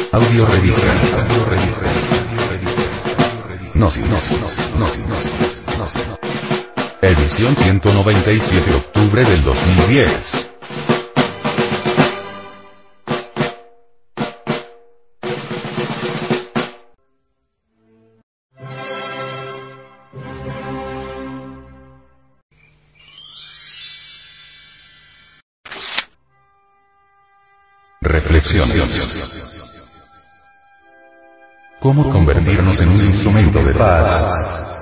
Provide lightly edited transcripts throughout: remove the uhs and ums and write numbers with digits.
Audio revista. Gnosis. Edición 197 octubre del 2010. Reflexiones. ¿Cómo convertirnos en un instrumento de paz?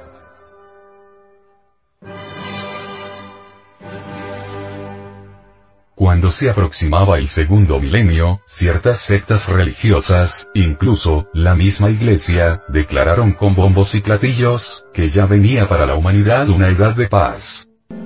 Cuando se aproximaba el segundo milenio, ciertas sectas religiosas, incluso la misma Iglesia, declararon con bombos y platillos, que ya venía para la humanidad una edad de paz.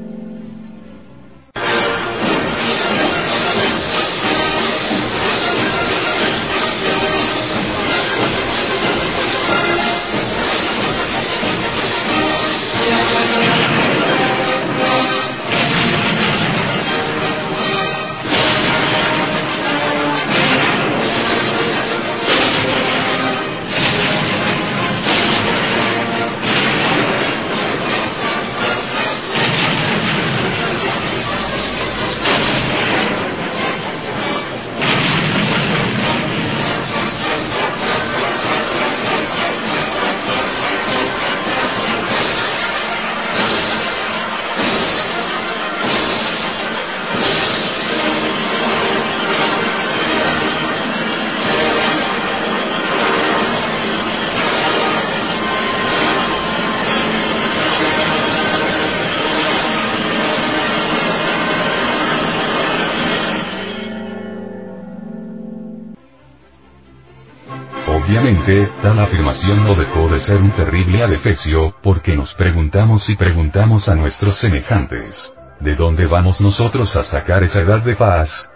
Obviamente, tal afirmación no dejó de ser un terrible adefesio, porque nos preguntamos y preguntamos a nuestros semejantes: ¿de dónde vamos nosotros a sacar esa edad de paz?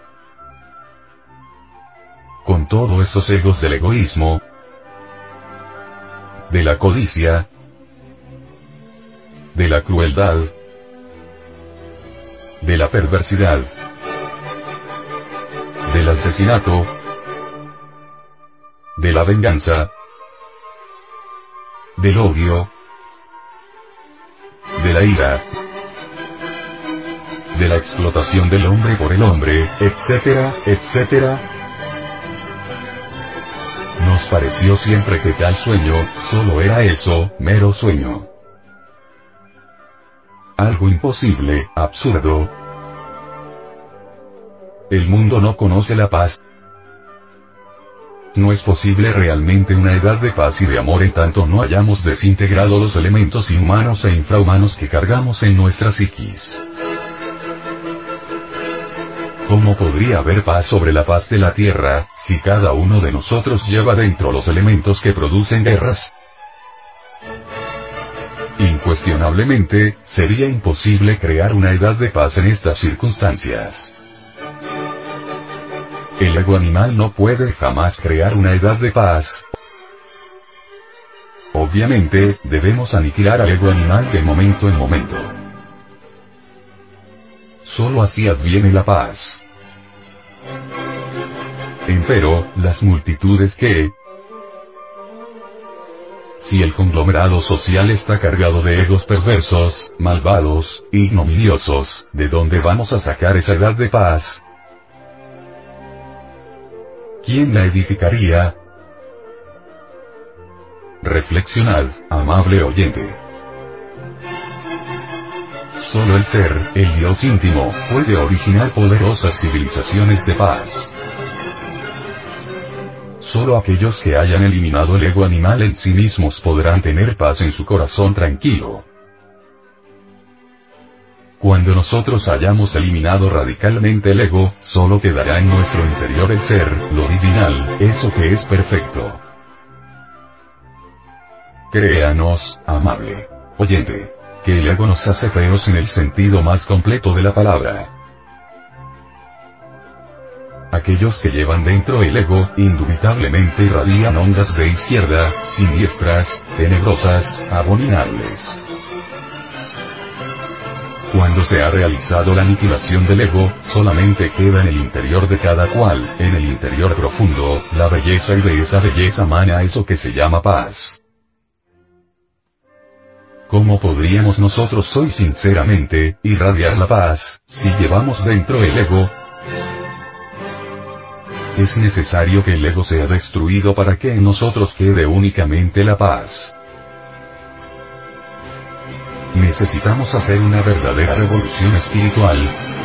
Con todos estos egos del egoísmo, de la codicia, de la crueldad, de la perversidad, del asesinato, de la venganza, del odio, de la ira, de la explotación del hombre por el hombre, etcétera, etcétera. Nos pareció siempre que tal sueño, solo era eso, mero sueño. Algo imposible, absurdo. El mundo no conoce la paz. No es posible realmente una edad de paz y de amor en tanto no hayamos desintegrado los elementos inhumanos e infrahumanos que cargamos en nuestra psiquis. ¿Cómo podría haber paz sobre la faz de la Tierra, si cada uno de nosotros lleva dentro los elementos que producen guerras? Incuestionablemente, sería imposible crear una edad de paz en estas circunstancias. El ego animal no puede jamás crear una edad de paz. Obviamente, debemos aniquilar al ego animal de momento en momento. Solo así adviene la paz. Empero, las multitudes que... Si el conglomerado social está cargado de egos perversos, malvados, ignominiosos, ¿de dónde vamos a sacar esa edad de paz? ¿Quién la edificaría? Reflexionad, amable oyente. Solo el ser, el Dios íntimo, puede originar poderosas civilizaciones de paz. Solo aquellos que hayan eliminado el ego animal en sí mismos podrán tener paz en su corazón tranquilo. Cuando nosotros hayamos eliminado radicalmente el ego, solo quedará en nuestro interior el ser, lo divinal, eso que es perfecto. Créanos, amable oyente, que el ego nos hace feos en el sentido más completo de la palabra. Aquellos que llevan dentro el ego, indubitablemente irradian ondas de izquierda, siniestras, tenebrosas, abominables. Cuando se ha realizado la aniquilación del ego, solamente queda en el interior de cada cual, en el interior profundo, la belleza, y de esa belleza mana eso que se llama paz. ¿Cómo podríamos nosotros hoy sinceramente irradiar la paz, si llevamos dentro el ego? Es necesario que el ego sea destruido para que en nosotros quede únicamente la paz. Necesitamos hacer una verdadera revolución espiritual,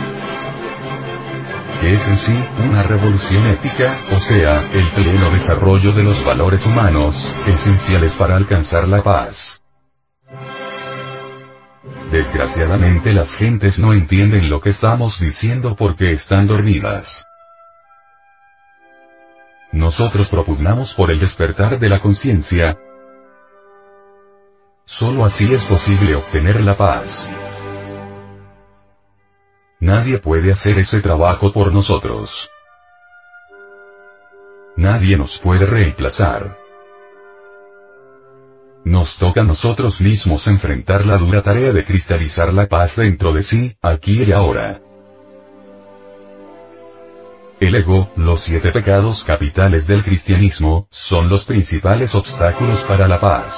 que es en sí, una revolución ética, o sea, el pleno desarrollo de los valores humanos, esenciales para alcanzar la paz. Desgraciadamente las gentes no entienden lo que estamos diciendo porque están dormidas. Nosotros propugnamos por el despertar de la conciencia. Solo así es posible obtener la paz. Nadie puede hacer ese trabajo por nosotros. Nadie nos puede reemplazar. Nos toca a nosotros mismos enfrentar la dura tarea de cristalizar la paz dentro de sí, aquí y ahora. El ego, los 7 pecados capitales del cristianismo, son los principales obstáculos para la paz.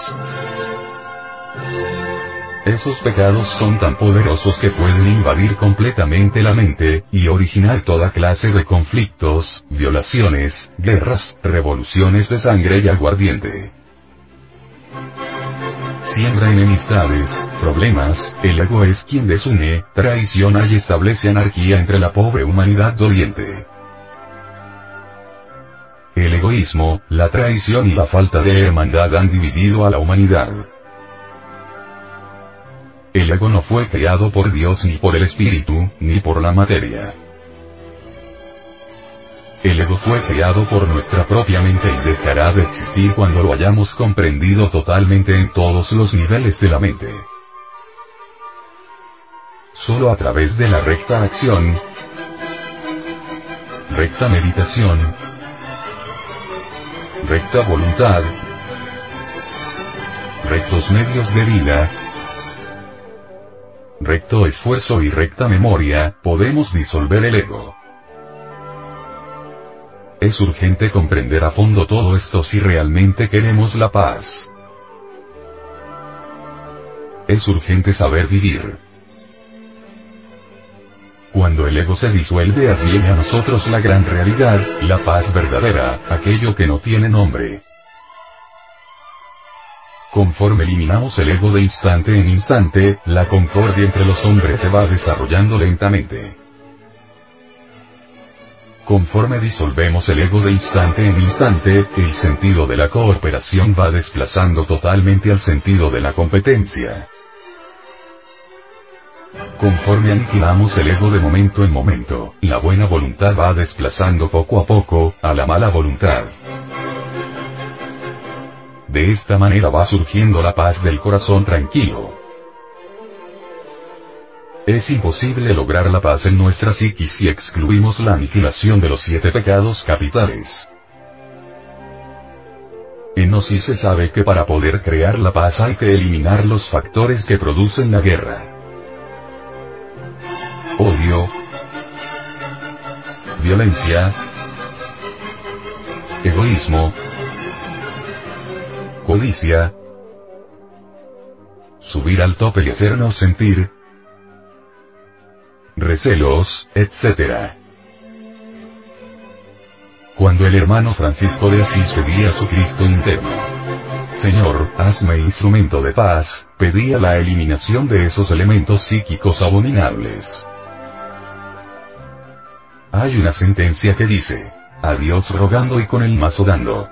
Esos pecados son tan poderosos que pueden invadir completamente la mente, y originar toda clase de conflictos, violaciones, guerras, revoluciones de sangre y aguardiente. Siembra enemistades, problemas, el ego es quien desune, traiciona y establece anarquía entre la pobre humanidad doliente. El egoísmo, la traición y la falta de hermandad han dividido a la humanidad. El ego no fue creado por Dios ni por el espíritu, ni por la materia. El ego fue creado por nuestra propia mente y dejará de existir cuando lo hayamos comprendido totalmente en todos los niveles de la mente. Solo a través de la recta acción, recta meditación, recta voluntad, rectos medios de vida, recto esfuerzo y recta memoria, podemos disolver el ego. Es urgente comprender a fondo todo esto si realmente queremos la paz. Es urgente saber vivir. Cuando el ego se disuelve adviene a nosotros la gran realidad, la paz verdadera, aquello que no tiene nombre. Conforme eliminamos el ego de instante en instante, la concordia entre los hombres se va desarrollando lentamente. Conforme disolvemos el ego de instante en instante, el sentido de la cooperación va desplazando totalmente al sentido de la competencia. Conforme aniquilamos el ego de momento en momento, la buena voluntad va desplazando poco a poco, a la mala voluntad. De esta manera va surgiendo la paz del corazón tranquilo. Es imposible lograr la paz en nuestra psiquis si excluimos la aniquilación de los 7 pecados capitales. En Gnosis se sabe que para poder crear la paz hay que eliminar los factores que producen la guerra. Odio, violencia, egoísmo, codicia, subir al tope y hacernos sentir, recelos, etc. Cuando el hermano Francisco de Asís pedía a su Cristo interno, Señor, hazme instrumento de paz, pedía la eliminación de esos elementos psíquicos abominables. Hay una sentencia que dice, a Dios rogando y con el mazo dando.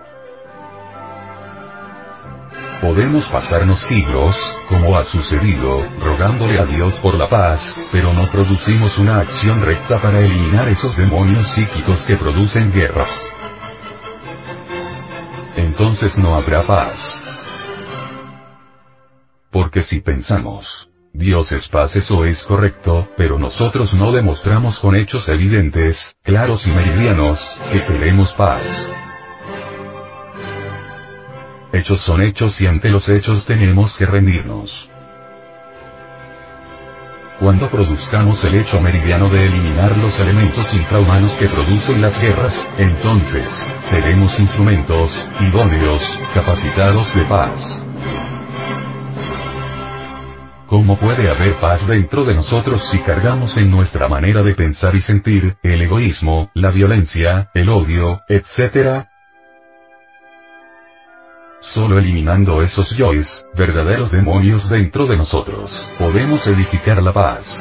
Podemos pasarnos siglos, como ha sucedido, rogándole a Dios por la paz, pero no producimos una acción recta para eliminar esos demonios psíquicos que producen guerras. Entonces no habrá paz. Porque si pensamos, Dios es paz, eso es correcto, pero nosotros no demostramos con hechos evidentes, claros y meridianos, que queremos paz. Hechos son hechos y ante los hechos tenemos que rendirnos. Cuando produzcamos el hecho meridiano de eliminar los elementos infrahumanos que producen las guerras, entonces, seremos instrumentos, idóneos, capacitados de paz. ¿Cómo puede haber paz dentro de nosotros si cargamos en nuestra manera de pensar y sentir, el egoísmo, la violencia, el odio, etc.? Solo eliminando esos yoes, verdaderos demonios dentro de nosotros, podemos edificar la paz.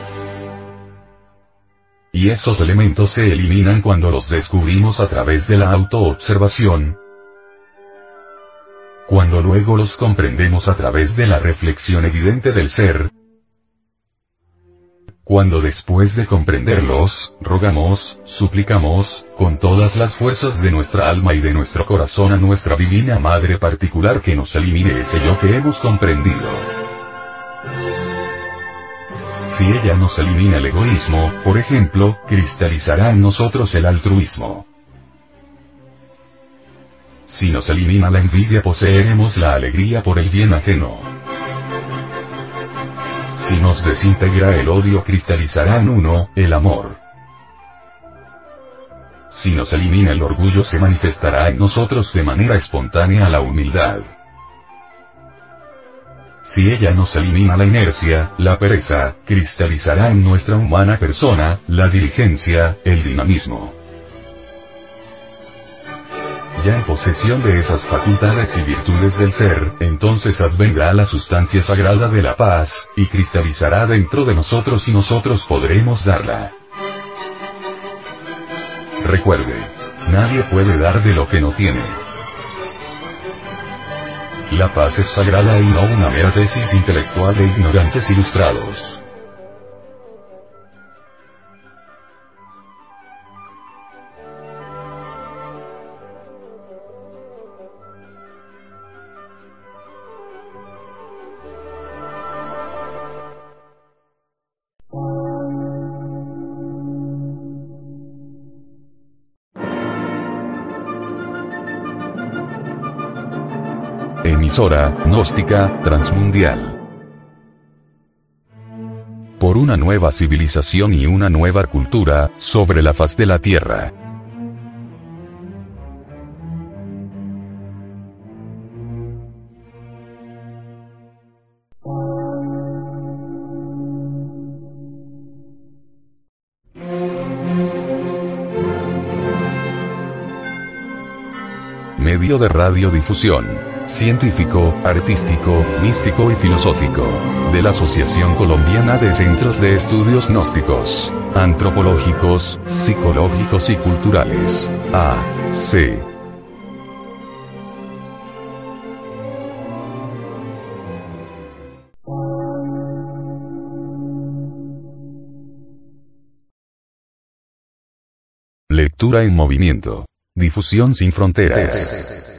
Y estos elementos se eliminan cuando los descubrimos a través de la autoobservación, cuando luego los comprendemos a través de la reflexión evidente del ser, cuando después de comprenderlos, rogamos, suplicamos, con todas las fuerzas de nuestra alma y de nuestro corazón a nuestra Divina Madre particular que nos elimine ese yo que hemos comprendido. Si ella nos elimina el egoísmo, por ejemplo, cristalizará en nosotros el altruismo. Si nos elimina la envidia, poseeremos la alegría por el bien ajeno. Si nos desintegra el odio, cristalizará en uno, el amor. Si nos elimina el orgullo, se manifestará en nosotros de manera espontánea la humildad. Si ella nos elimina la inercia, la pereza, cristalizará en nuestra humana persona, la diligencia, el dinamismo. Ya en posesión de esas facultades y virtudes del ser, entonces advendrá la sustancia sagrada de la paz, y cristalizará dentro de nosotros y nosotros podremos darla. Recuerde, nadie puede dar de lo que no tiene. La paz es sagrada y no una mera tesis intelectual de ignorantes ilustrados. Emisora gnóstica transmundial. Por una nueva civilización y una nueva cultura sobre la faz de la Tierra. Medio de radiodifusión científico, artístico, místico y filosófico, de la Asociación Colombiana de Centros de Estudios Gnósticos, Antropológicos, Psicológicos y Culturales, AC. Lectura en movimiento. Difusión sin fronteras.